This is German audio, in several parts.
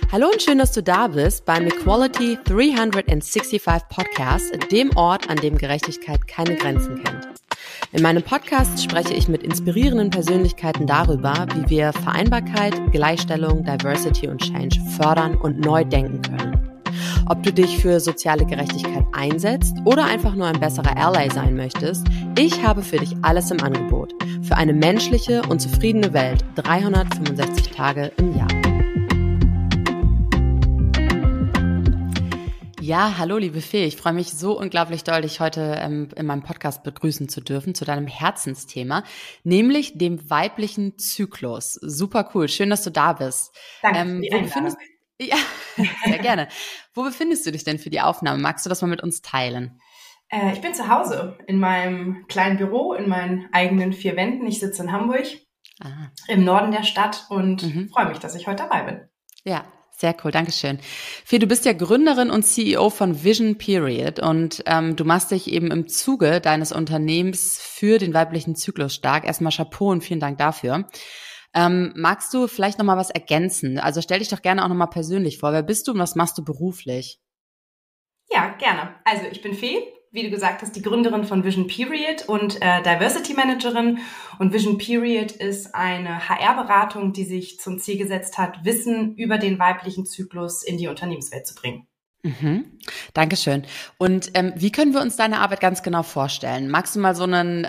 Hallo und schön, dass du da bist beim Equality 365 Podcast, dem Ort, an dem Gerechtigkeit keine Grenzen kennt. In meinem Podcast spreche ich mit inspirierenden Persönlichkeiten darüber, wie wir Vereinbarkeit, Gleichstellung, Diversity und Change fördern und neu denken können. Ob du dich für soziale Gerechtigkeit einsetzt oder einfach nur ein besserer Ally sein möchtest, ich habe für dich alles im Angebot. Für eine menschliche und zufriedene Welt 365 Tage im Jahr. Ja, hallo liebe Fee, ich freue mich so unglaublich doll, dich heute in meinem Podcast begrüßen zu dürfen, zu deinem Herzensthema, nämlich dem weiblichen Zyklus. Super cool, schön, dass du da bist. Danke für die Einladung. Ja, sehr gerne. Wo befindest du dich denn für die Aufnahme? Magst du das mal mit uns teilen? Ich bin zu Hause in meinem kleinen Büro, in meinen eigenen 4 Wänden. Ich sitze in Hamburg, im Norden der Stadt und freue mich, dass ich heute dabei bin. Ja. Sehr cool, Dankeschön. Fee, du bist ja Gründerin und CEO von Vision Period und du machst dich eben im Zuge deines Unternehmens für den weiblichen Zyklus stark. Erstmal Chapeau und vielen Dank dafür. Magst du vielleicht nochmal was ergänzen? Also stell dich doch gerne auch nochmal persönlich vor. Wer bist du und was machst du beruflich? Ja, gerne. Also ich bin Fee, wie du gesagt hast, die Gründerin von Vision Period und Diversity Managerin. Und Vision Period ist eine HR-Beratung, die sich zum Ziel gesetzt hat, Wissen über den weiblichen Zyklus in die Unternehmenswelt zu bringen. Dankeschön. Und wie können wir uns deine Arbeit ganz genau vorstellen? Magst du mal so einen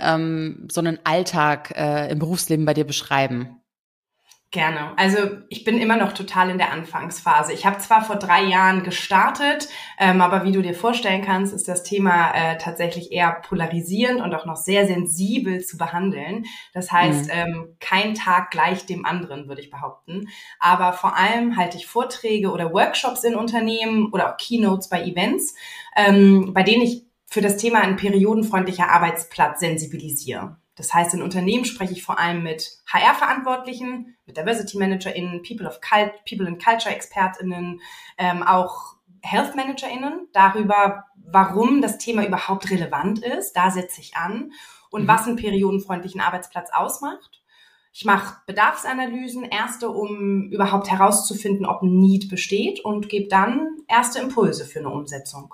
Alltag im Berufsleben bei dir beschreiben? Gerne. Also ich bin immer noch total in der Anfangsphase. Ich habe zwar vor 3 Jahren gestartet, aber wie du dir vorstellen kannst, ist das Thema tatsächlich eher polarisierend und auch noch sehr sensibel zu behandeln. Das heißt, kein Tag gleich dem anderen, würde ich behaupten. Aber vor allem halte ich Vorträge oder Workshops in Unternehmen oder auch Keynotes bei Events, bei denen ich für das Thema ein periodenfreundlicher Arbeitsplatz sensibilisiere. Das heißt, in Unternehmen spreche ich vor allem mit HR-Verantwortlichen, mit Diversity ManagerInnen, People and Culture-ExpertInnen, auch Health ManagerInnen darüber, warum das Thema überhaupt relevant ist. Da setze ich an und was einen periodenfreundlichen Arbeitsplatz ausmacht. Ich mache Bedarfsanalysen, erste, um überhaupt herauszufinden, ob ein Need besteht und gebe dann erste Impulse für eine Umsetzung.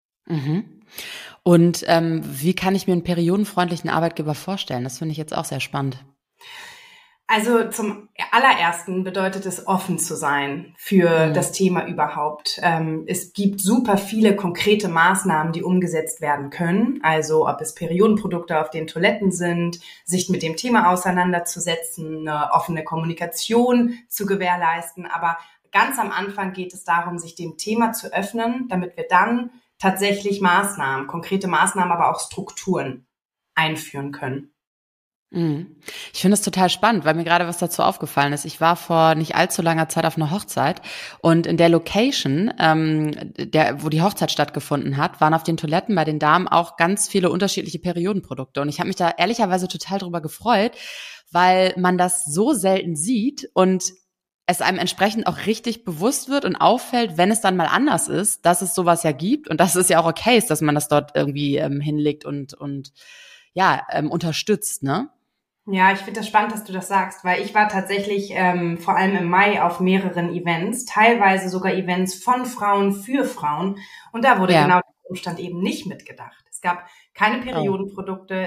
Und wie kann ich mir einen periodenfreundlichen Arbeitgeber vorstellen? Das finde ich jetzt auch sehr spannend. Also zum allerersten bedeutet es, offen zu sein für das Thema überhaupt. Es gibt super viele konkrete Maßnahmen, die umgesetzt werden können. Also ob es Periodenprodukte auf den Toiletten sind, sich mit dem Thema auseinanderzusetzen, eine offene Kommunikation zu gewährleisten. Aber ganz am Anfang geht es darum, sich dem Thema zu öffnen, damit wir dann tatsächlich Maßnahmen, konkrete Maßnahmen, aber auch Strukturen einführen können. Ich finde es total spannend, weil mir gerade was dazu aufgefallen ist. Ich war vor nicht allzu langer Zeit auf einer Hochzeit und in der Location, wo die Hochzeit stattgefunden hat, waren auf den Toiletten bei den Damen auch ganz viele unterschiedliche Periodenprodukte. Und ich habe mich da ehrlicherweise total drüber gefreut, weil man das so selten sieht und es einem entsprechend auch richtig bewusst wird und auffällt, wenn es dann mal anders ist, dass es sowas ja gibt und dass es ja auch okay ist, dass man das dort irgendwie hinlegt und unterstützt, ne? Ja, ich finde das spannend, dass du das sagst, weil ich war tatsächlich vor allem im Mai auf mehreren Events, teilweise sogar Events von Frauen für Frauen und da wurde genau der Umstand eben nicht mitgedacht. Es gab keine Periodenprodukte,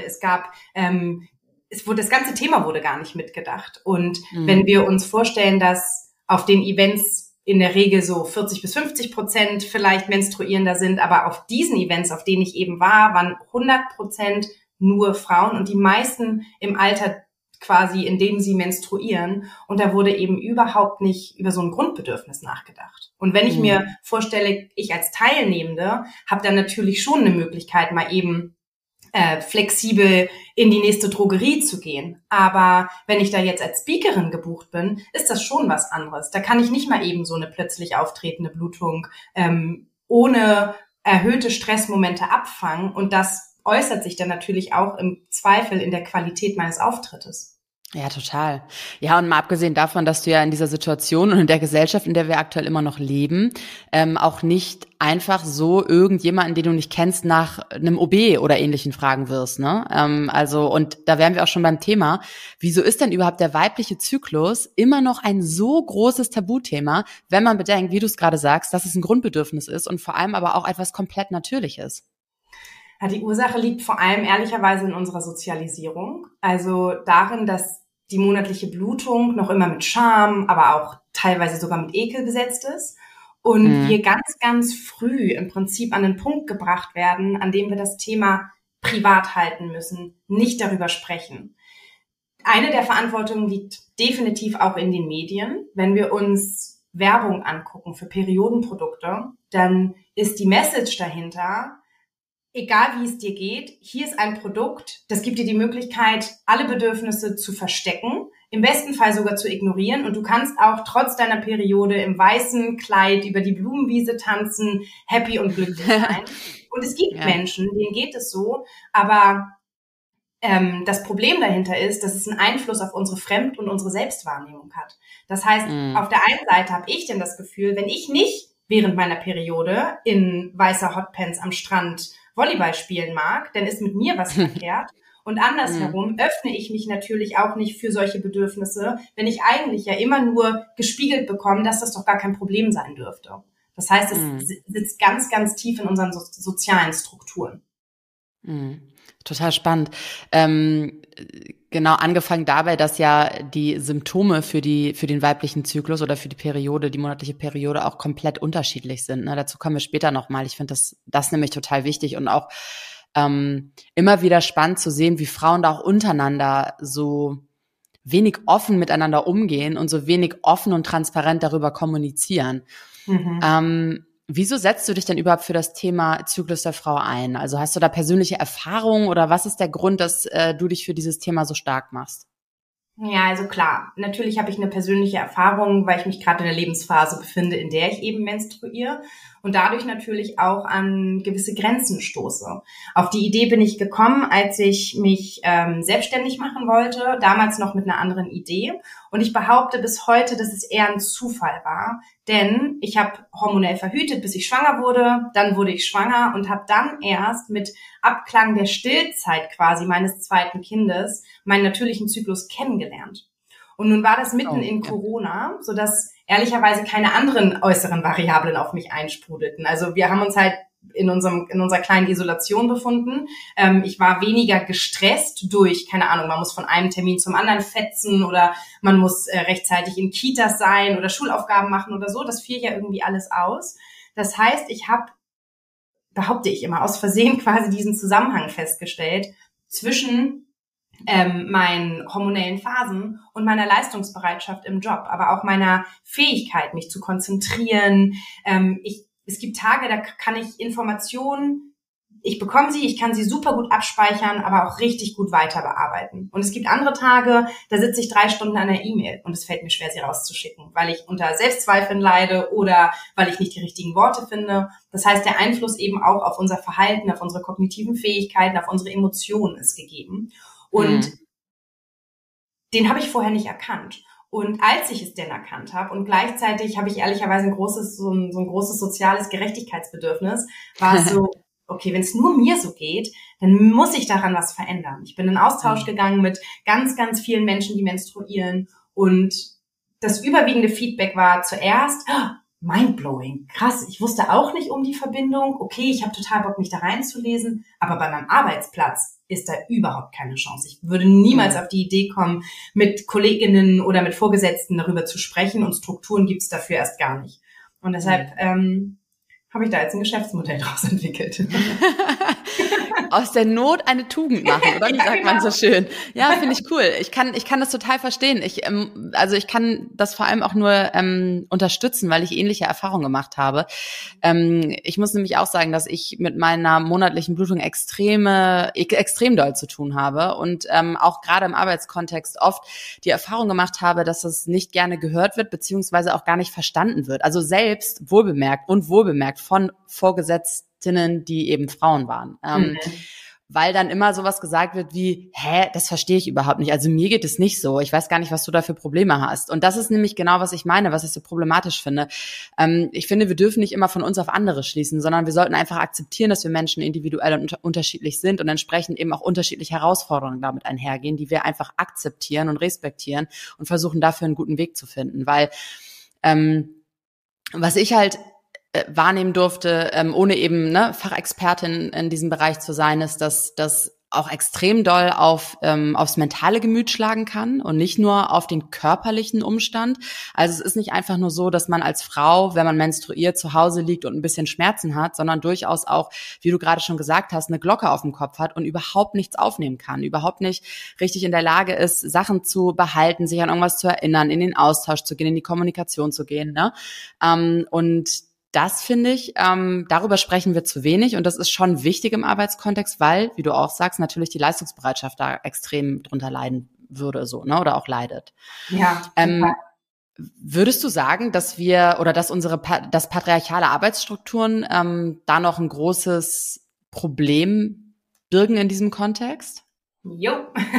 das ganze Thema wurde gar nicht mitgedacht. Und wenn wir uns vorstellen, dass auf den Events in der Regel so 40-50% vielleicht Menstruierender sind, aber auf diesen Events, auf denen ich eben war, waren 100% nur Frauen und die meisten im Alter quasi, in dem sie menstruieren. Und da wurde eben überhaupt nicht über so ein Grundbedürfnis nachgedacht. Und wenn ich mir vorstelle, ich als Teilnehmende habe dann natürlich schon eine Möglichkeit, mal eben flexibel in die nächste Drogerie zu gehen. Aber wenn ich da jetzt als Speakerin gebucht bin, ist das schon was anderes. Da kann ich nicht mal eben so eine plötzlich auftretende Blutung ohne erhöhte Stressmomente abfangen. Und das äußert sich dann natürlich auch im Zweifel in der Qualität meines Auftrittes. Ja, total. Ja, und mal abgesehen davon, dass du ja in dieser Situation und in der Gesellschaft, in der wir aktuell immer noch leben, auch nicht einfach so irgendjemanden, den du nicht kennst, nach einem OB oder Ähnlichen fragen wirst, ne? Also, und da wären wir auch schon beim Thema. Wieso ist denn überhaupt der weibliche Zyklus immer noch ein so großes Tabuthema, wenn man bedenkt, wie du es gerade sagst, dass es ein Grundbedürfnis ist und vor allem aber auch etwas komplett Natürliches? Ja, die Ursache liegt vor allem ehrlicherweise in unserer Sozialisierung. Also darin, dass die monatliche Blutung noch immer mit Scham, aber auch teilweise sogar mit Ekel besetzt ist. Und wir ganz, ganz früh im Prinzip an den Punkt gebracht werden, an dem wir das Thema privat halten müssen, nicht darüber sprechen. Eine der Verantwortungen liegt definitiv auch in den Medien. Wenn wir uns Werbung angucken für Periodenprodukte, dann ist die Message dahinter: Egal wie es dir geht, hier ist ein Produkt, das gibt dir die Möglichkeit, alle Bedürfnisse zu verstecken, im besten Fall sogar zu ignorieren, und du kannst auch trotz deiner Periode im weißen Kleid über die Blumenwiese tanzen, happy und glücklich sein. Und es gibt Menschen, denen geht es so, aber das Problem dahinter ist, dass es einen Einfluss auf unsere Fremd- und unsere Selbstwahrnehmung hat. Das heißt, auf der einen Seite habe ich denn das Gefühl, wenn ich nicht während meiner Periode in weißer Hotpants am Strand Volleyball spielen mag, dann ist mit mir was verkehrt. Und andersherum öffne ich mich natürlich auch nicht für solche Bedürfnisse, wenn ich eigentlich ja immer nur gespiegelt bekomme, dass das doch gar kein Problem sein dürfte. Das heißt, es sitzt ganz, ganz tief in unseren sozialen Strukturen. Total spannend. Genau, angefangen dabei, dass ja die Symptome für den weiblichen Zyklus oder für die Periode, die monatliche Periode, auch komplett unterschiedlich sind. Ne? Dazu kommen wir später nochmal. Ich finde das nämlich total wichtig und auch immer wieder spannend zu sehen, wie Frauen da auch untereinander so wenig offen miteinander umgehen und so wenig offen und transparent darüber kommunizieren. Wieso setzt du dich denn überhaupt für das Thema Zyklus der Frau ein? Also hast du da persönliche Erfahrungen oder was ist der Grund, dass du dich für dieses Thema so stark machst? Ja, also klar, natürlich habe ich eine persönliche Erfahrung, weil ich mich gerade in der Lebensphase befinde, in der ich eben menstruiere und dadurch natürlich auch an gewisse Grenzen stoße. Auf die Idee bin ich gekommen, als ich mich selbstständig machen wollte, damals noch mit einer anderen Idee. Und ich behaupte bis heute, dass es eher ein Zufall war, denn ich habe hormonell verhütet, bis ich schwanger wurde, dann wurde ich schwanger und habe dann erst mit Abklang der Stillzeit quasi meines zweiten Kindes meinen natürlichen Zyklus kennengelernt. Und nun war das mitten in Corona, sodass ehrlicherweise keine anderen äußeren Variablen auf mich einsprudelten. Also wir haben uns halt in unserer kleinen Isolation befunden. Ich war weniger gestresst durch, keine Ahnung, man muss von einem Termin zum anderen fetzen oder man muss rechtzeitig in Kitas sein oder Schulaufgaben machen oder so. Das fiel ja irgendwie alles aus. Das heißt, ich habe, behaupte ich immer, aus Versehen quasi diesen Zusammenhang festgestellt zwischen meinen hormonellen Phasen und meiner Leistungsbereitschaft im Job, aber auch meiner Fähigkeit, mich zu konzentrieren. Es gibt Tage, da kann ich Informationen, ich bekomme sie, ich kann sie super gut abspeichern, aber auch richtig gut weiter bearbeiten. Und es gibt andere Tage, da sitze ich 3 Stunden an der E-Mail und es fällt mir schwer, sie rauszuschicken, weil ich unter Selbstzweifeln leide oder weil ich nicht die richtigen Worte finde. Das heißt, der Einfluss eben auch auf unser Verhalten, auf unsere kognitiven Fähigkeiten, auf unsere Emotionen ist gegeben. Und den habe ich vorher nicht erkannt. Und als ich es denn erkannt habe und gleichzeitig habe ich ehrlicherweise so ein großes soziales Gerechtigkeitsbedürfnis, war es so, okay, wenn es nur mir so geht, dann muss ich daran was verändern. Ich bin in Austausch gegangen mit ganz, ganz vielen Menschen, die menstruieren, und das überwiegende Feedback war zuerst, mindblowing, krass, ich wusste auch nicht um die Verbindung, okay, ich habe total Bock, mich da reinzulesen, aber bei meinem Arbeitsplatz ist da überhaupt keine Chance. Ich würde niemals auf die Idee kommen, mit Kolleginnen oder mit Vorgesetzten darüber zu sprechen, und Strukturen gibt's dafür erst gar nicht. Und deshalb habe ich da jetzt ein Geschäftsmodell draus entwickelt. Aus der Not eine Tugend machen, oder? Wie sagt man so schön? Ja, finde ich cool. Ich kann das total verstehen. Ich kann das vor allem auch nur unterstützen, weil ich ähnliche Erfahrungen gemacht habe. Ich muss nämlich auch sagen, dass ich mit meiner monatlichen Blutung extrem doll zu tun habe und auch gerade im Arbeitskontext oft die Erfahrung gemacht habe, dass es nicht gerne gehört wird, beziehungsweise auch gar nicht verstanden wird. Also selbst wohlbemerkt von Vorgesetzten, die eben Frauen waren. weil dann immer sowas gesagt wird wie, das verstehe ich überhaupt nicht. Also mir geht es nicht so. Ich weiß gar nicht, was du da für Probleme hast. Und das ist nämlich genau, was ich meine, was ich so problematisch finde. Ich finde, wir dürfen nicht immer von uns auf andere schließen, sondern wir sollten einfach akzeptieren, dass wir Menschen individuell und unterschiedlich sind und entsprechend eben auch unterschiedliche Herausforderungen damit einhergehen, die wir einfach akzeptieren und respektieren und versuchen dafür einen guten Weg zu finden. Weil was ich halt wahrnehmen durfte, ohne eben Fachexpertin in diesem Bereich zu sein, ist, dass das auch extrem doll aufs mentale Gemüt schlagen kann und nicht nur auf den körperlichen Umstand. Also es ist nicht einfach nur so, dass man als Frau, wenn man menstruiert, zu Hause liegt und ein bisschen Schmerzen hat, sondern durchaus auch, wie du gerade schon gesagt hast, eine Glocke auf dem Kopf hat und überhaupt nichts aufnehmen kann, überhaupt nicht richtig in der Lage ist, Sachen zu behalten, sich an irgendwas zu erinnern, in den Austausch zu gehen, in die Kommunikation zu gehen, ne? Und das finde ich, darüber sprechen wir zu wenig und das ist schon wichtig im Arbeitskontext, weil, wie du auch sagst, natürlich die Leistungsbereitschaft da extrem drunter leiden würde, so, ne, oder auch leidet. Ja. Würdest du sagen, dass dass patriarchale Arbeitsstrukturen da noch ein großes Problem birgen in diesem Kontext? Jo.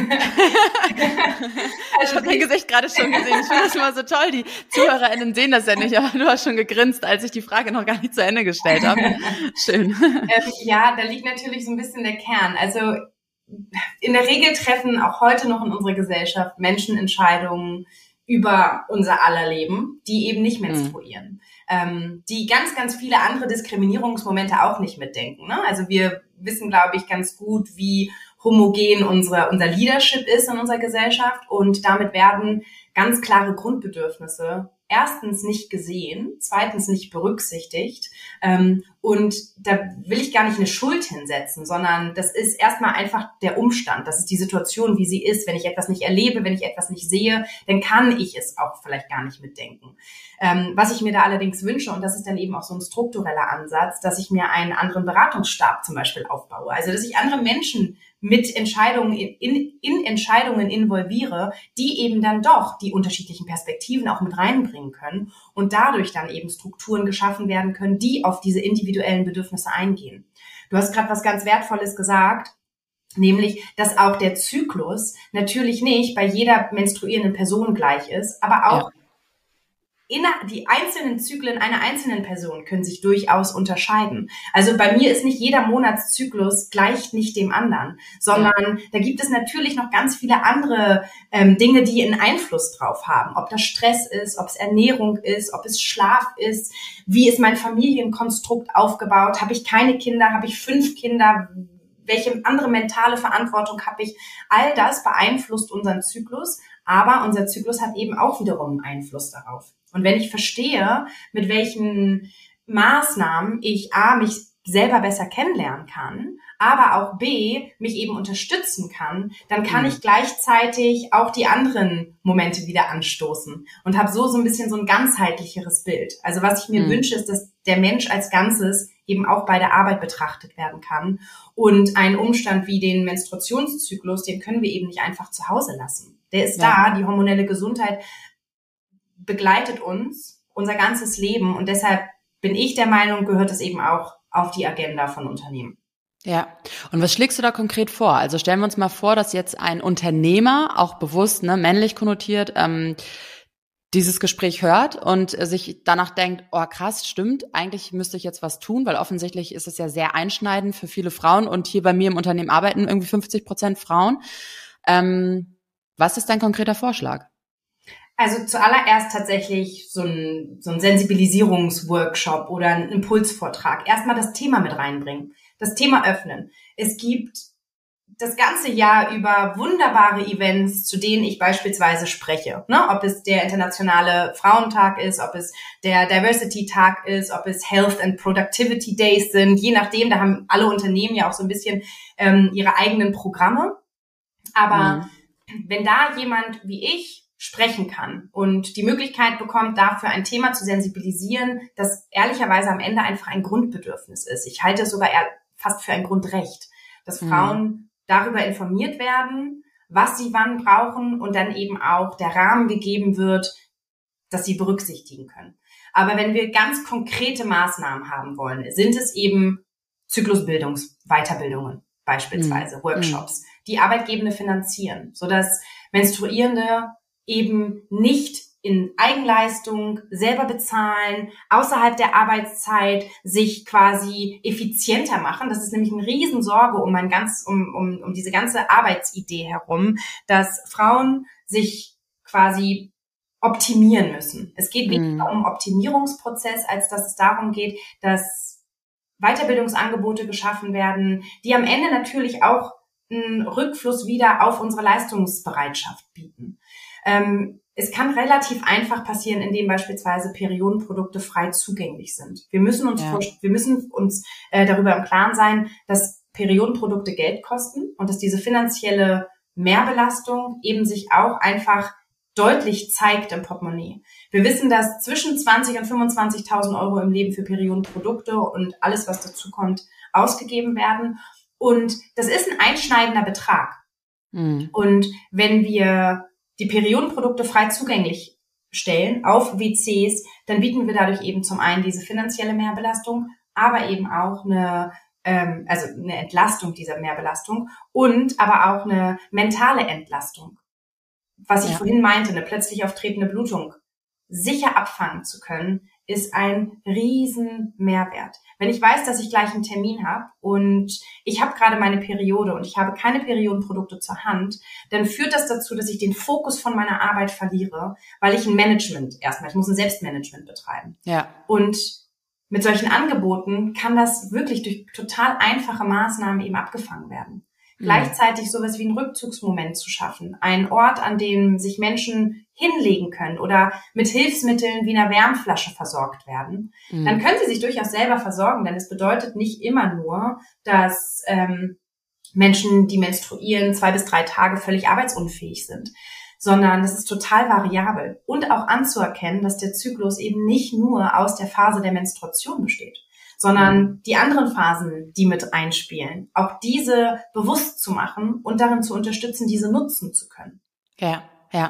Ich habe dein Gesicht gerade schon gesehen. Ich finde das immer so toll. Die ZuhörerInnen sehen das ja nicht, aber du hast schon gegrinst, als ich die Frage noch gar nicht zu Ende gestellt habe. Schön. Ja, da liegt natürlich so ein bisschen der Kern. Also in der Regel treffen auch heute noch in unserer Gesellschaft Menschen Entscheidungen über unser aller Leben, die eben nicht menstruieren. Die ganz, ganz viele andere Diskriminierungsmomente auch nicht mitdenken. Ne? Also wir wissen, glaube ich, ganz gut, wie homogen unser Leadership ist in unserer Gesellschaft und damit werden ganz klare Grundbedürfnisse erstens nicht gesehen, zweitens nicht berücksichtigt und da will ich gar nicht eine Schuld hinsetzen, sondern das ist erstmal einfach der Umstand, das ist die Situation, wie sie ist. Wenn ich etwas nicht erlebe, wenn ich etwas nicht sehe, dann kann ich es auch vielleicht gar nicht mitdenken. Was ich mir da allerdings wünsche, und das ist dann eben auch so ein struktureller Ansatz, dass ich mir einen anderen Beratungsstab zum Beispiel aufbaue, also dass ich andere Menschen mit Entscheidungen in Entscheidungen involviere, die eben dann doch die unterschiedlichen Perspektiven auch mit reinbringen können und dadurch dann eben Strukturen geschaffen werden können, die auf diese individuellen Bedürfnisse eingehen. Du hast gerade was ganz Wertvolles gesagt, nämlich, dass auch der Zyklus natürlich nicht bei jeder menstruierenden Person gleich ist, aber auch die einzelnen Zyklen einer einzelnen Person können sich durchaus unterscheiden. Also bei mir ist nicht jeder Monatszyklus gleich nicht dem anderen, sondern da gibt es natürlich noch ganz viele andere Dinge, die einen Einfluss drauf haben. Ob das Stress ist, ob es Ernährung ist, ob es Schlaf ist, wie ist mein Familienkonstrukt aufgebaut, habe ich keine Kinder, habe ich 5 Kinder, welche andere mentale Verantwortung habe ich? All das beeinflusst unseren Zyklus, aber unser Zyklus hat eben auch wiederum einen Einfluss darauf. Und wenn ich verstehe, mit welchen Maßnahmen ich A, mich selber besser kennenlernen kann, aber auch B, mich eben unterstützen kann, dann kann ich gleichzeitig auch die anderen Momente wieder anstoßen und habe so ein bisschen so ein ganzheitlicheres Bild. Also was ich mir wünsche, ist, dass der Mensch als Ganzes eben auch bei der Arbeit betrachtet werden kann. Und ein Umstand wie den Menstruationszyklus, den können wir eben nicht einfach zu Hause lassen. Der ist da, die hormonelle Gesundheit begleitet uns unser ganzes Leben und deshalb bin ich der Meinung, gehört es eben auch auf die Agenda von Unternehmen. Ja, und was schlägst du da konkret vor? Also stellen wir uns mal vor, dass jetzt ein Unternehmer, auch bewusst männlich konnotiert, dieses Gespräch hört und sich danach denkt, oh krass, stimmt, eigentlich müsste ich jetzt was tun, weil offensichtlich ist es ja sehr einschneidend für viele Frauen und hier bei mir im Unternehmen arbeiten irgendwie 50% Frauen. Was ist dein konkreter Vorschlag? Also zuallererst tatsächlich so ein Sensibilisierungsworkshop oder ein Impulsvortrag. Erstmal das Thema mit reinbringen, das Thema öffnen. Es gibt das ganze Jahr über wunderbare Events, zu denen ich beispielsweise spreche. Ne? Ob es der internationale Frauentag ist, ob es der Diversity-Tag ist, ob es Health and Productivity Days sind. Je nachdem, da haben alle Unternehmen ja auch so ein bisschen ihre eigenen Programme. Aber wenn da jemand wie ich sprechen kann und die Möglichkeit bekommt, dafür ein Thema zu sensibilisieren, das ehrlicherweise am Ende einfach ein Grundbedürfnis ist. Ich halte es sogar eher fast für ein Grundrecht, dass Frauen darüber informiert werden, was sie wann brauchen und dann eben auch der Rahmen gegeben wird, dass sie berücksichtigen können. Aber wenn wir ganz konkrete Maßnahmen haben wollen, sind es eben Zyklusbildungs-Weiterbildungen beispielsweise Workshops, die Arbeitgebende finanzieren, sodass Menstruierende eben nicht in Eigenleistung selber bezahlen, außerhalb der Arbeitszeit sich quasi effizienter machen. Das ist nämlich eine Riesensorge um diese ganze Arbeitsidee herum, dass Frauen sich quasi optimieren müssen. Es geht weniger um Optimierungsprozess, als dass es darum geht, dass Weiterbildungsangebote geschaffen werden, die am Ende natürlich auch einen Rückfluss wieder auf unsere Leistungsbereitschaft bieten. Es kann relativ einfach passieren, indem beispielsweise Periodenprodukte frei zugänglich sind. Wir müssen uns darüber im Klaren sein, dass Periodenprodukte Geld kosten und dass diese finanzielle Mehrbelastung eben sich auch einfach deutlich zeigt im Portemonnaie. Wir wissen, dass zwischen 20.000 und 25.000 Euro im Leben für Periodenprodukte und alles, was dazu kommt, ausgegeben werden. Und das ist ein einschneidender Betrag. Und wenn wir die Periodenprodukte frei zugänglich stellen auf WCs, dann bieten wir dadurch eben zum einen diese finanzielle Mehrbelastung, aber eben auch eine Entlastung dieser Mehrbelastung und aber auch eine mentale Entlastung. Was ich vorhin meinte, eine plötzlich auftretende Blutung sicher abfangen zu können, ist ein riesen Mehrwert. Wenn ich weiß, dass ich gleich einen Termin habe und ich habe gerade meine Periode und ich habe keine Periodenprodukte zur Hand, dann führt das dazu, dass ich den Fokus von meiner Arbeit verliere, weil ich ich muss ein Selbstmanagement betreiben. Ja. Und mit solchen Angeboten kann das wirklich durch total einfache Maßnahmen eben abgefangen werden. Gleichzeitig sowas wie einen Rückzugsmoment zu schaffen, einen Ort, an dem sich Menschen hinlegen können oder mit Hilfsmitteln wie einer Wärmflasche versorgt werden, dann können sie sich durchaus selber versorgen, denn es bedeutet nicht immer nur, dass Menschen, die menstruieren, 2 bis 3 Tage völlig arbeitsunfähig sind, sondern das ist total variabel und auch anzuerkennen, dass der Zyklus eben nicht nur aus der Phase der Menstruation besteht, sondern die anderen Phasen, die mit einspielen, auch diese bewusst zu machen und darin zu unterstützen, diese nutzen zu können. Ja.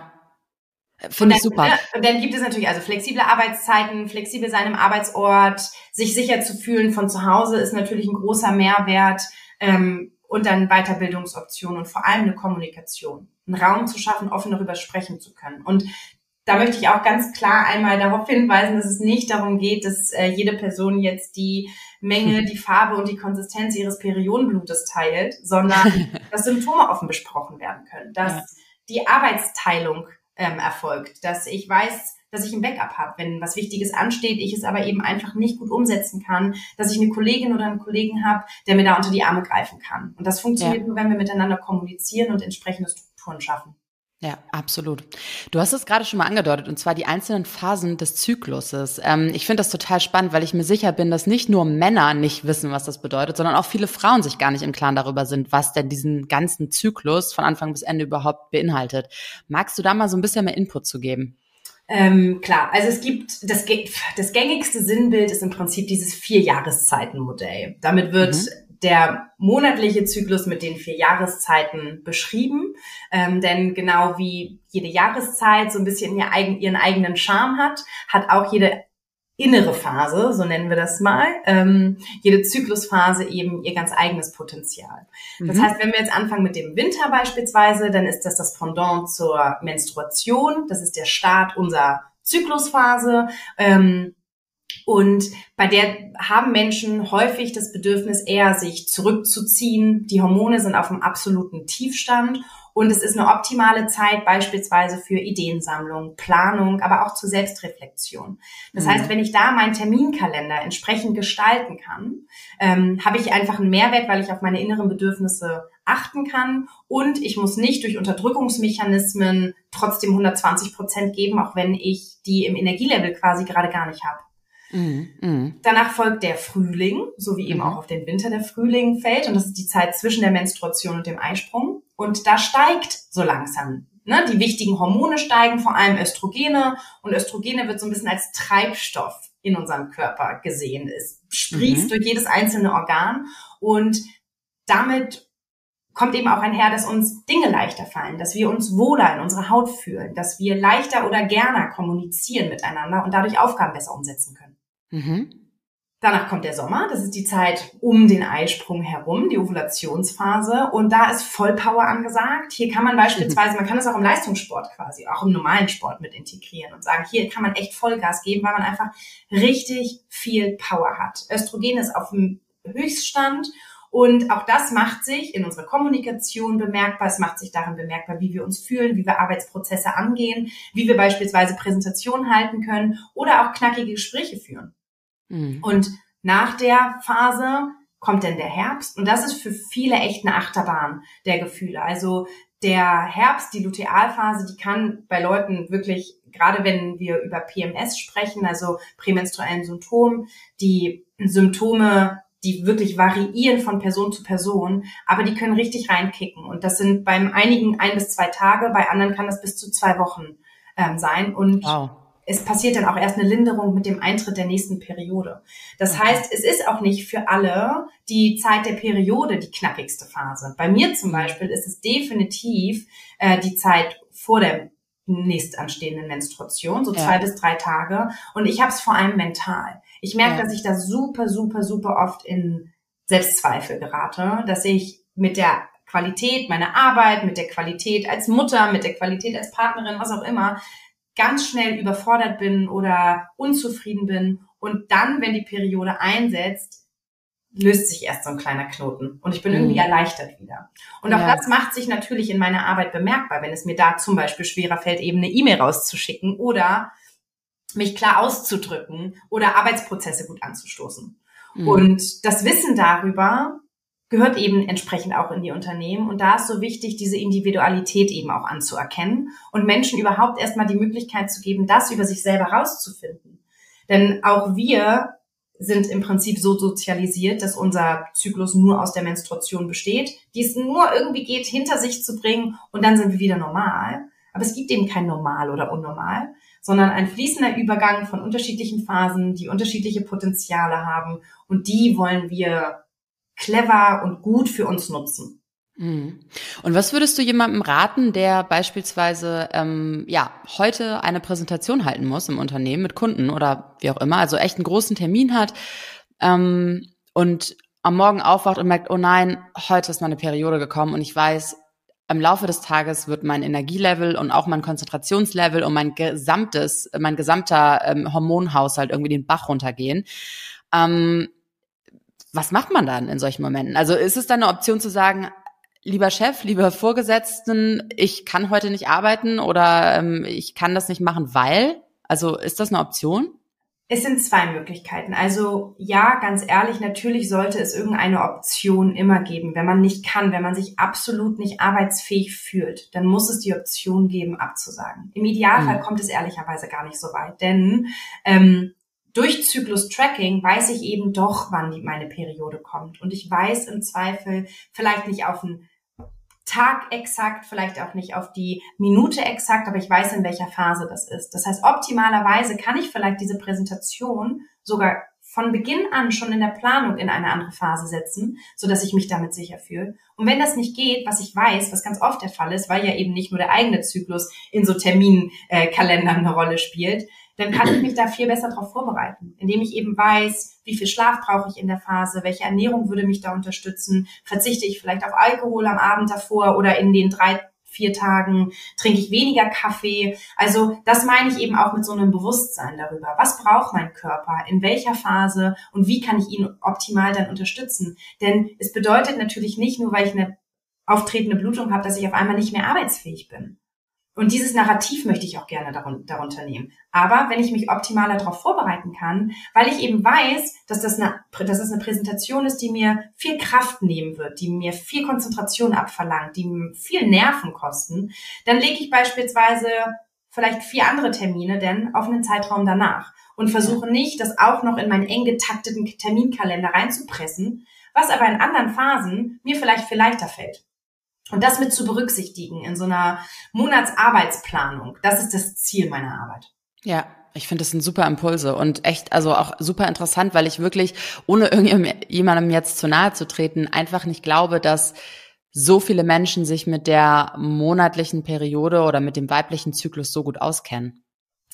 Finde ich super. Und dann gibt es natürlich also flexible Arbeitszeiten, flexibel sein im Arbeitsort, sich sicher zu fühlen von zu Hause ist natürlich ein großer Mehrwert, und dann Weiterbildungsoptionen und vor allem eine Kommunikation, einen Raum zu schaffen, offen darüber sprechen zu können. Und da möchte ich auch ganz klar einmal darauf hinweisen, dass es nicht darum geht, dass jede Person jetzt die Menge, die Farbe und die Konsistenz ihres Periodenblutes teilt, sondern dass Symptome offen besprochen werden können, dass die Arbeitsteilung erfolgt, dass ich weiß, dass ich ein Backup habe, wenn was Wichtiges ansteht, ich es aber eben einfach nicht gut umsetzen kann, dass ich eine Kollegin oder einen Kollegen habe, der mir da unter die Arme greifen kann. Und das funktioniert nur, wenn wir miteinander kommunizieren und entsprechende Strukturen schaffen. Ja, absolut. Du hast es gerade schon mal angedeutet, und zwar die einzelnen Phasen des Zykluses. Ich finde das total spannend, weil ich mir sicher bin, dass nicht nur Männer nicht wissen, was das bedeutet, sondern auch viele Frauen sich gar nicht im Klaren darüber sind, was denn diesen ganzen Zyklus von Anfang bis Ende überhaupt beinhaltet. Magst du da mal so ein bisschen mehr Input zu geben? Klar, also es gibt das gängigste Sinnbild ist im Prinzip dieses 4-Jahreszeiten-Modell. Damit wird der monatliche Zyklus mit den 4 Jahreszeiten beschrieben, denn genau wie jede Jahreszeit so ein bisschen ihren eigenen Charme hat auch jede innere Phase, so nennen wir das mal, jede Zyklusphase eben ihr ganz eigenes Potenzial. Das heißt, wenn wir jetzt anfangen mit dem Winter beispielsweise, dann ist das Pendant zur Menstruation, das ist der Start unserer Zyklusphase, und bei der haben Menschen häufig das Bedürfnis, eher sich zurückzuziehen. Die Hormone sind auf einem absoluten Tiefstand und es ist eine optimale Zeit beispielsweise für Ideensammlung, Planung, aber auch zur Selbstreflexion. Das heißt, wenn ich da meinen Terminkalender entsprechend gestalten kann, habe ich einfach einen Mehrwert, weil ich auf meine inneren Bedürfnisse achten kann und ich muss nicht durch Unterdrückungsmechanismen trotzdem 120% geben, auch wenn ich die im Energielevel quasi gerade gar nicht habe. Danach folgt der Frühling, so wie eben auch auf den Winter der Frühling fällt. Und das ist die Zeit zwischen der Menstruation und dem Eisprung. Und da steigt so langsam. Ne? Die wichtigen Hormone steigen, vor allem Östrogene. Und Östrogene wird so ein bisschen als Treibstoff in unserem Körper gesehen. Es sprießt durch jedes einzelne Organ. Und damit kommt eben auch einher, dass uns Dinge leichter fallen, dass wir uns wohler in unserer Haut fühlen, dass wir leichter oder gerne kommunizieren miteinander und dadurch Aufgaben besser umsetzen können. Danach kommt der Sommer, das ist die Zeit um den Eisprung herum, die Ovulationsphase, und da ist Vollpower angesagt. Hier kann man beispielsweise, man kann es auch im Leistungssport quasi, auch im normalen Sport mit integrieren und sagen, hier kann man echt Vollgas geben, weil man einfach richtig viel Power hat. Östrogen ist auf dem Höchststand und auch das macht sich in unserer Kommunikation bemerkbar. Es macht sich darin bemerkbar, wie wir uns fühlen, wie wir Arbeitsprozesse angehen, wie wir beispielsweise Präsentationen halten können oder auch knackige Gespräche führen. Und nach der Phase kommt dann der Herbst und das ist für viele echt eine Achterbahn der Gefühle. Also der Herbst, die Lutealphase, die kann bei Leuten wirklich, gerade wenn wir über PMS sprechen, also prämenstruellen Symptomen, die Symptome, die wirklich variieren von Person zu Person, aber die können richtig reinkicken. Und das sind beim einigen 1 bis 2 Tage, bei anderen kann das bis zu 2 Wochen sein. Und wow. Es passiert dann auch erst eine Linderung mit dem Eintritt der nächsten Periode. Das heißt, es ist auch nicht für alle die Zeit der Periode die knackigste Phase. Bei mir zum Beispiel ist es definitiv die Zeit vor der nächst anstehenden Menstruation, so 2 bis 3 Tage. Und ich habe es vor allem mental. Ich merke, dass ich da super, super, super oft in Selbstzweifel gerate, dass ich mit der Qualität meiner Arbeit, mit der Qualität als Mutter, mit der Qualität als Partnerin, was auch immer, ganz schnell überfordert bin oder unzufrieden bin. Und dann, wenn die Periode einsetzt, löst sich erst so ein kleiner Knoten. Und ich bin irgendwie erleichtert wieder. Und auch das macht sich natürlich in meiner Arbeit bemerkbar, wenn es mir da zum Beispiel schwerer fällt, eben eine E-Mail rauszuschicken oder mich klar auszudrücken oder Arbeitsprozesse gut anzustoßen. Und das Wissen darüber gehört eben entsprechend auch in die Unternehmen. Und da ist so wichtig, diese Individualität eben auch anzuerkennen und Menschen überhaupt erstmal die Möglichkeit zu geben, das über sich selber rauszufinden. Denn auch wir sind im Prinzip so sozialisiert, dass unser Zyklus nur aus der Menstruation besteht, die es nur irgendwie geht, hinter sich zu bringen und dann sind wir wieder normal. Aber es gibt eben kein Normal oder Unnormal, sondern ein fließender Übergang von unterschiedlichen Phasen, die unterschiedliche Potenziale haben und die wollen wir clever und gut für uns nutzen. Und was würdest du jemandem raten, der beispielsweise heute eine Präsentation halten muss im Unternehmen mit Kunden oder wie auch immer, also echt einen großen Termin hat und am Morgen aufwacht und merkt, oh nein, heute ist meine Periode gekommen und ich weiß, im Laufe des Tages wird mein Energielevel und auch mein Konzentrationslevel und mein gesamter Hormonhaushalt irgendwie den Bach runtergehen. Was macht man dann in solchen Momenten? Also ist es dann eine Option zu sagen, lieber Chef, lieber Vorgesetzten, ich kann heute nicht arbeiten oder ich kann das nicht machen, weil? Also ist das eine Option? Es sind 2 Möglichkeiten. Also ja, ganz ehrlich, natürlich sollte es irgendeine Option immer geben. Wenn man nicht kann, wenn man sich absolut nicht arbeitsfähig fühlt, dann muss es die Option geben, abzusagen. Im Idealfall kommt es ehrlicherweise gar nicht so weit, denn durch Zyklus-Tracking weiß ich eben doch, wann meine Periode kommt. Und ich weiß im Zweifel vielleicht nicht auf den Tag exakt, vielleicht auch nicht auf die Minute exakt, aber ich weiß, in welcher Phase das ist. Das heißt, optimalerweise kann ich vielleicht diese Präsentation sogar von Beginn an schon in der Planung in eine andere Phase setzen, sodass ich mich damit sicher fühle. Und wenn das nicht geht, was ich weiß, was ganz oft der Fall ist, weil ja eben nicht nur der eigene Zyklus in so Terminkalendern eine Rolle spielt, dann kann ich mich da viel besser darauf vorbereiten, indem ich eben weiß, wie viel Schlaf brauche ich in der Phase, welche Ernährung würde mich da unterstützen, verzichte ich vielleicht auf Alkohol am Abend davor oder in den 3-4 Tagen trinke ich weniger Kaffee. Also das meine ich eben auch mit so einem Bewusstsein darüber. Was braucht mein Körper, in welcher Phase und wie kann ich ihn optimal dann unterstützen? Denn es bedeutet natürlich nicht nur, weil ich eine auftretende Blutung habe, dass ich auf einmal nicht mehr arbeitsfähig bin. Und dieses Narrativ möchte ich auch gerne darunter nehmen. Aber wenn ich mich optimaler darauf vorbereiten kann, weil ich eben weiß, dass das eine Präsentation ist, die mir viel Kraft nehmen wird, die mir viel Konzentration abverlangt, die mir viel Nerven kosten, dann lege ich beispielsweise vielleicht 4 andere Termine denn auf einen Zeitraum danach und versuche nicht, das auch noch in meinen eng getakteten Terminkalender reinzupressen, was aber in anderen Phasen mir vielleicht viel leichter fällt. Und das mit zu berücksichtigen in so einer Monatsarbeitsplanung, das ist das Ziel meiner Arbeit. Ja, ich finde das sind super Impulse und echt, also auch super interessant, weil ich wirklich, ohne irgendjemandem jetzt zu nahe zu treten, einfach nicht glaube, dass so viele Menschen sich mit der monatlichen Periode oder mit dem weiblichen Zyklus so gut auskennen.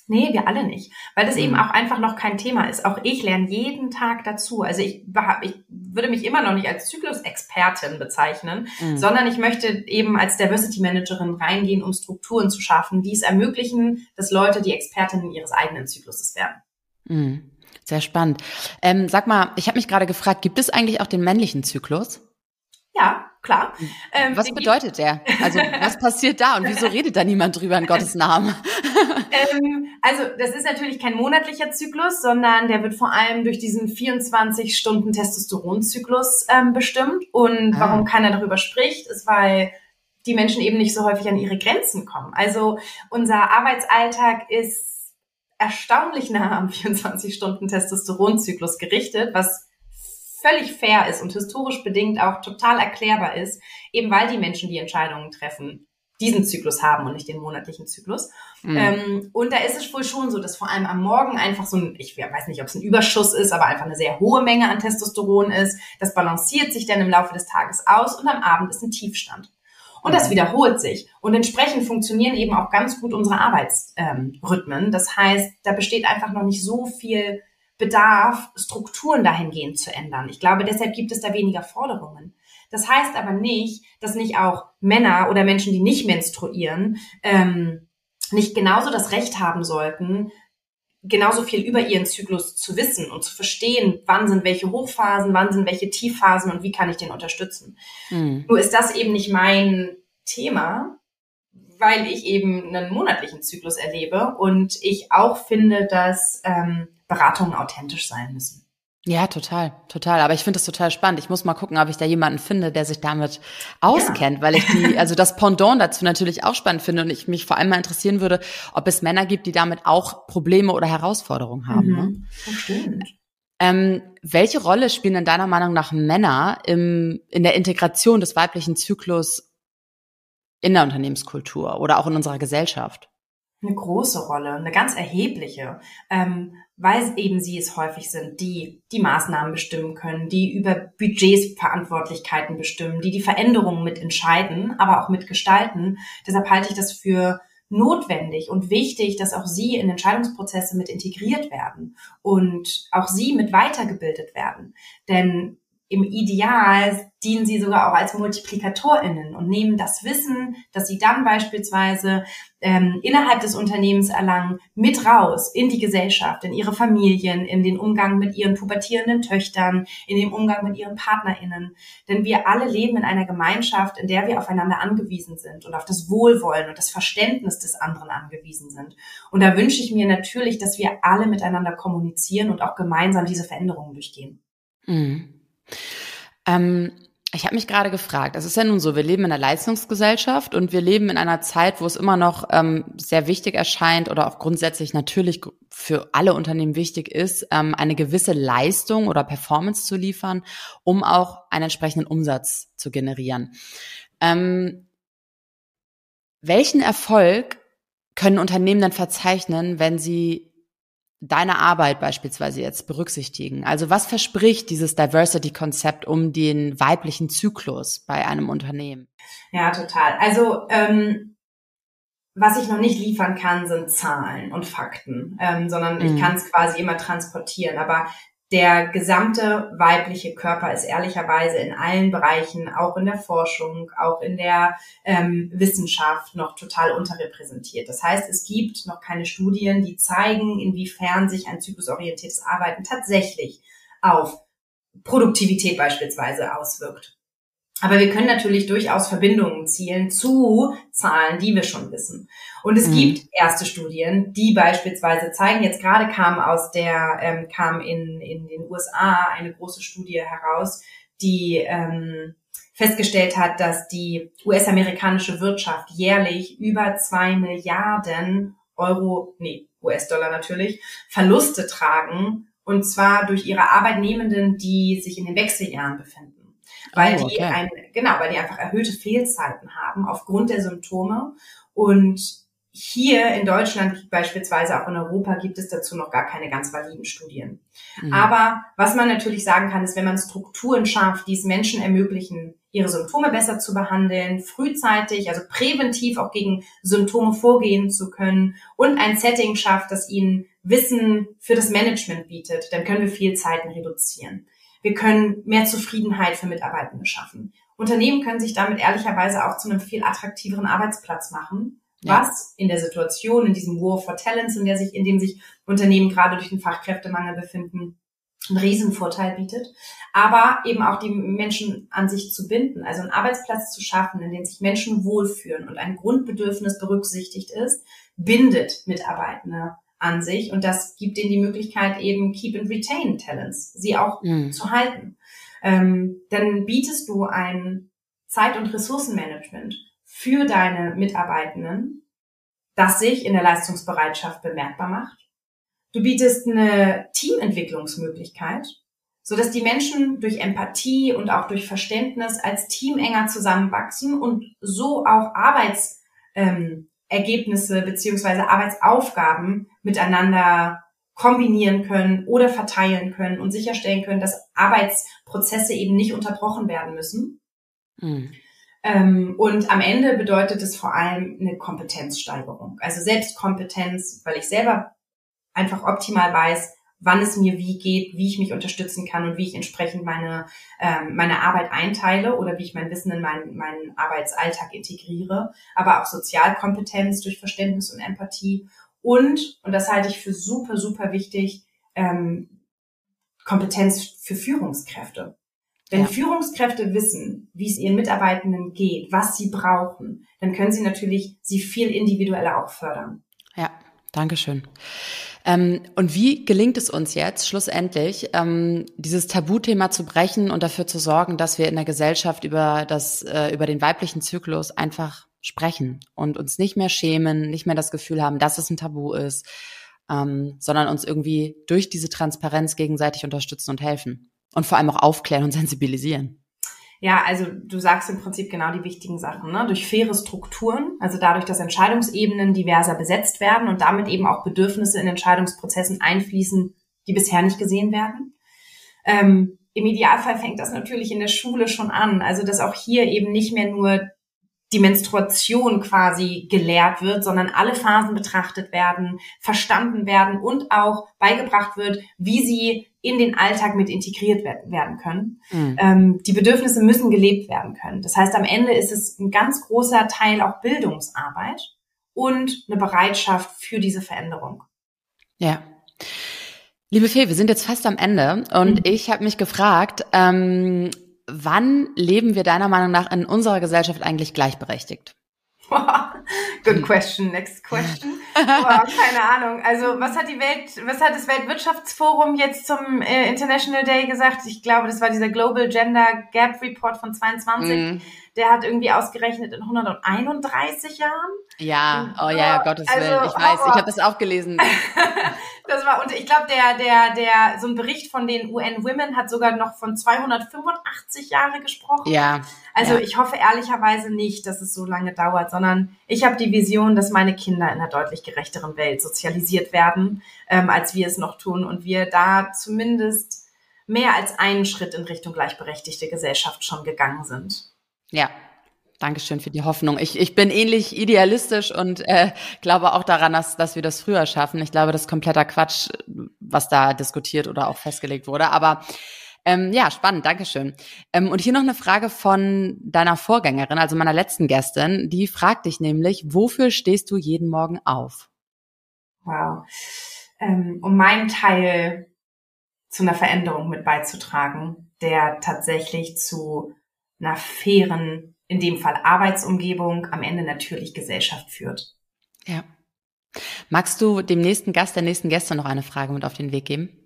Nee, wir alle nicht, weil das eben auch einfach noch kein Thema ist. Auch ich lerne jeden Tag dazu. Also ich würde mich immer noch nicht als Zyklusexpertin bezeichnen, sondern ich möchte eben als Diversity Managerin reingehen, um Strukturen zu schaffen, die es ermöglichen, dass Leute die Expertinnen ihres eigenen Zykluses werden. Sehr spannend. Sag mal, ich habe mich gerade gefragt, gibt es eigentlich auch den männlichen Zyklus? Ja, klar. Was bedeutet der? Also was passiert da und wieso redet da niemand drüber in Gottes Namen? Also das ist natürlich kein monatlicher Zyklus, sondern der wird vor allem durch diesen 24-Stunden-Testosteronzyklus bestimmt. Und warum keiner darüber spricht, ist, weil die Menschen eben nicht so häufig an ihre Grenzen kommen. Also unser Arbeitsalltag ist erstaunlich nah am 24-Stunden-Testosteronzyklus gerichtet, was völlig fair ist und historisch bedingt auch total erklärbar ist, eben weil die Menschen, die Entscheidungen treffen, diesen Zyklus haben und nicht den monatlichen Zyklus. Und da ist es wohl schon so, dass vor allem am Morgen einfach so ein, ich weiß nicht, ob es ein Überschuss ist, aber einfach eine sehr hohe Menge an Testosteron ist. Das balanciert sich dann im Laufe des Tages aus und am Abend ist ein Tiefstand. Und das wiederholt sich. Und entsprechend funktionieren eben auch ganz gut unsere Arbeitsrhythmen. Das heißt, da besteht einfach noch nicht so viel Bedarf, Strukturen dahingehend zu ändern. Ich glaube, deshalb gibt es da weniger Forderungen. Das heißt aber nicht, dass nicht auch Männer oder Menschen, die nicht menstruieren, nicht genauso das Recht haben sollten, genauso viel über ihren Zyklus zu wissen und zu verstehen, wann sind welche Hochphasen, wann sind welche Tiefphasen und wie kann ich den unterstützen. Nur ist das eben nicht mein Thema, weil ich eben einen monatlichen Zyklus erlebe und ich auch finde, dass Beratungen authentisch sein müssen. Ja, total. Aber ich finde das total spannend. Ich muss mal gucken, ob ich da jemanden finde, der sich damit auskennt, weil ich also das Pendant dazu natürlich auch spannend finde und ich mich vor allem mal interessieren würde, ob es Männer gibt, die damit auch Probleme oder Herausforderungen haben. Ne? Das stimmt. Welche Rolle spielen denn deiner Meinung nach Männer in der Integration des weiblichen Zyklus in der Unternehmenskultur oder auch in unserer Gesellschaft? Eine große Rolle, eine ganz erhebliche, weil eben sie es häufig sind, die Maßnahmen bestimmen können, die über Budgets Verantwortlichkeiten bestimmen, die Veränderungen mitentscheiden, aber auch mitgestalten. Deshalb halte ich das für notwendig und wichtig, dass auch sie in Entscheidungsprozesse mit integriert werden und auch sie mit weitergebildet werden. Denn im Ideal dienen sie sogar auch als MultiplikatorInnen und nehmen das Wissen, das sie dann beispielsweise innerhalb des Unternehmens erlangen, mit raus in die Gesellschaft, in ihre Familien, in den Umgang mit ihren pubertierenden Töchtern, in den Umgang mit ihren PartnerInnen. Denn wir alle leben in einer Gemeinschaft, in der wir aufeinander angewiesen sind und auf das Wohlwollen und das Verständnis des anderen angewiesen sind. Und da wünsche ich mir natürlich, dass wir alle miteinander kommunizieren und auch gemeinsam diese Veränderungen durchgehen. Ich habe mich gerade gefragt, es ist ja nun so, wir leben in einer Leistungsgesellschaft und wir leben in einer Zeit, wo es immer noch sehr wichtig erscheint oder auch grundsätzlich natürlich für alle Unternehmen wichtig ist, eine gewisse Leistung oder Performance zu liefern, um auch einen entsprechenden Umsatz zu generieren. Welchen Erfolg können Unternehmen denn verzeichnen, wenn sie deine Arbeit beispielsweise jetzt berücksichtigen? Also was verspricht dieses Diversity-Konzept um den weiblichen Zyklus bei einem Unternehmen? Ja, total. Also was ich noch nicht liefern kann, sind Zahlen und Fakten, sondern ich kann es quasi immer transportieren. Aber der gesamte weibliche Körper ist ehrlicherweise in allen Bereichen, auch in der Forschung, auch in der Wissenschaft noch total unterrepräsentiert. Das heißt, es gibt noch keine Studien, die zeigen, inwiefern sich ein zyklusorientiertes Arbeiten tatsächlich auf Produktivität beispielsweise auswirkt. Aber wir können natürlich durchaus Verbindungen zielen zu Zahlen, die wir schon wissen. Und es gibt erste Studien, die beispielsweise zeigen, jetzt gerade kam in den USA eine große Studie heraus, die festgestellt hat, dass die US-amerikanische Wirtschaft jährlich über 2 Milliarden US-Dollar natürlich, Verluste tragen, und zwar durch ihre Arbeitnehmenden, die sich in den Wechseljahren befinden. Weil die einfach erhöhte Fehlzeiten haben aufgrund der Symptome und hier in Deutschland, beispielsweise auch in Europa, gibt es dazu noch gar keine ganz validen Studien. Mhm. Aber was man natürlich sagen kann, ist, wenn man Strukturen schafft, die es Menschen ermöglichen, ihre Symptome besser zu behandeln, frühzeitig, also präventiv auch gegen Symptome vorgehen zu können und ein Setting schafft, das ihnen Wissen für das Management bietet, dann können wir Fehlzeiten reduzieren. Wir können mehr Zufriedenheit für Mitarbeitende schaffen. Unternehmen können sich damit ehrlicherweise auch zu einem viel attraktiveren Arbeitsplatz machen, was in der Situation, in diesem War for Talents, in dem sich Unternehmen gerade durch den Fachkräftemangel befinden, einen Riesenvorteil bietet, aber eben auch die Menschen an sich zu binden, also einen Arbeitsplatz zu schaffen, in dem sich Menschen wohlfühlen und ein Grundbedürfnis berücksichtigt ist, bindet Mitarbeitende an sich und das gibt ihnen die Möglichkeit eben keep and retain Talents, sie auch zu halten. Dann bietest du ein Zeit- und Ressourcenmanagement für deine Mitarbeitenden, das sich in der Leistungsbereitschaft bemerkbar macht. Du bietest eine Teamentwicklungsmöglichkeit, sodass die Menschen durch Empathie und auch durch Verständnis als Team enger zusammenwachsen und so auch Arbeitsergebnisse beziehungsweise Arbeitsaufgaben miteinander kombinieren können oder verteilen können und sicherstellen können, dass Arbeitsprozesse eben nicht unterbrochen werden müssen. Und am Ende bedeutet es vor allem eine Kompetenzsteigerung, also Selbstkompetenz, weil ich selber einfach optimal weiß, wann es mir wie geht, wie ich mich unterstützen kann und wie ich entsprechend meine Arbeit einteile oder wie ich mein Wissen in meinen Arbeitsalltag integriere, aber auch Sozialkompetenz durch Verständnis und Empathie und das halte ich für super, super wichtig, Kompetenz für Führungskräfte. Wenn Führungskräfte wissen, wie es ihren Mitarbeitenden geht, was sie brauchen, dann können sie natürlich sie viel individueller auch fördern. Ja, Dankeschön. Und wie gelingt es uns jetzt schlussendlich, dieses Tabuthema zu brechen und dafür zu sorgen, dass wir in der Gesellschaft über den weiblichen Zyklus einfach sprechen und uns nicht mehr schämen, nicht mehr das Gefühl haben, dass es ein Tabu ist, sondern uns irgendwie durch diese Transparenz gegenseitig unterstützen und helfen und vor allem auch aufklären und sensibilisieren. Ja, also du sagst im Prinzip genau die wichtigen Sachen, ne? Durch faire Strukturen, also dadurch, dass Entscheidungsebenen diverser besetzt werden und damit eben auch Bedürfnisse in Entscheidungsprozessen einfließen, die bisher nicht gesehen werden. Im Idealfall fängt das natürlich in der Schule schon an, also dass auch hier eben nicht mehr nur die Menstruation quasi gelehrt wird, sondern alle Phasen betrachtet werden, verstanden werden und auch beigebracht wird, wie sie in den Alltag mit integriert werden können. Die Bedürfnisse müssen gelebt werden können. Das heißt, am Ende ist es ein ganz großer Teil auch Bildungsarbeit und eine Bereitschaft für diese Veränderung. Ja. Liebe Fee, wir sind jetzt fast am Ende und ich habe mich gefragt, wann leben wir deiner Meinung nach in unserer Gesellschaft eigentlich gleichberechtigt? Good question, next question. Keine Ahnung. Also was hat das Weltwirtschaftsforum jetzt zum International Day gesagt? Ich glaube, das war dieser Global Gender Gap Report von 22. Der hat irgendwie ausgerechnet in 131 Jahren. Ja, Gottes Willen. Ich weiß, ich habe das auch gelesen. Und ich glaube, der so ein Bericht von den UN Women hat sogar noch von 285 Jahre gesprochen. Ja. Also ich hoffe ehrlicherweise nicht, dass es so lange dauert, sondern ich habe die Vision, dass meine Kinder in einer deutlich gerechteren Welt sozialisiert werden, als wir es noch tun und wir da zumindest mehr als einen Schritt in Richtung gleichberechtigte Gesellschaft schon gegangen sind. Ja. Dankeschön für die Hoffnung. Ich bin ähnlich idealistisch und glaube auch daran, dass wir das früher schaffen. Ich glaube, das ist kompletter Quatsch, was da diskutiert oder auch festgelegt wurde. Aber ja, spannend, Dankeschön. Und hier noch eine Frage von deiner Vorgängerin, also meiner letzten Gästin. Die fragt dich nämlich, wofür stehst du jeden Morgen auf? Wow. Um meinen Teil zu einer Veränderung mit beizutragen, der tatsächlich zu einer fairen, in dem Fall Arbeitsumgebung, am Ende natürlich Gesellschaft führt. Ja. Magst du dem nächsten Gast, der nächsten Gästin noch eine Frage mit auf den Weg geben?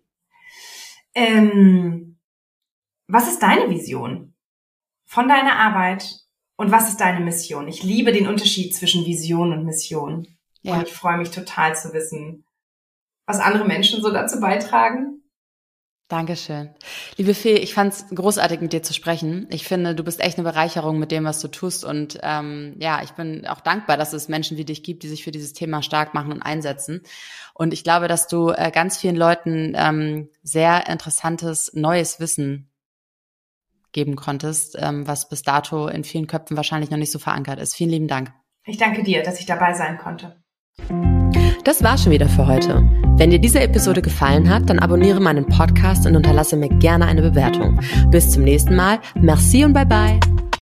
Was ist deine Vision von deiner Arbeit und was ist deine Mission? Ich liebe den Unterschied zwischen Vision und Mission. Ja. Und ich freue mich total zu wissen, was andere Menschen so dazu beitragen. Dankeschön. Liebe Fee, ich fand es großartig, mit dir zu sprechen. Ich finde, du bist echt eine Bereicherung mit dem, was du tust. Und ich bin auch dankbar, dass es Menschen wie dich gibt, die sich für dieses Thema stark machen und einsetzen. Und ich glaube, dass du ganz vielen Leuten sehr interessantes, neues Wissen geben konntest, was bis dato in vielen Köpfen wahrscheinlich noch nicht so verankert ist. Vielen lieben Dank. Ich danke dir, dass ich dabei sein konnte. Das war schon wieder für heute. Wenn dir diese Episode gefallen hat, dann abonniere meinen Podcast und unterlasse mir gerne eine Bewertung. Bis zum nächsten Mal. Merci und bye bye.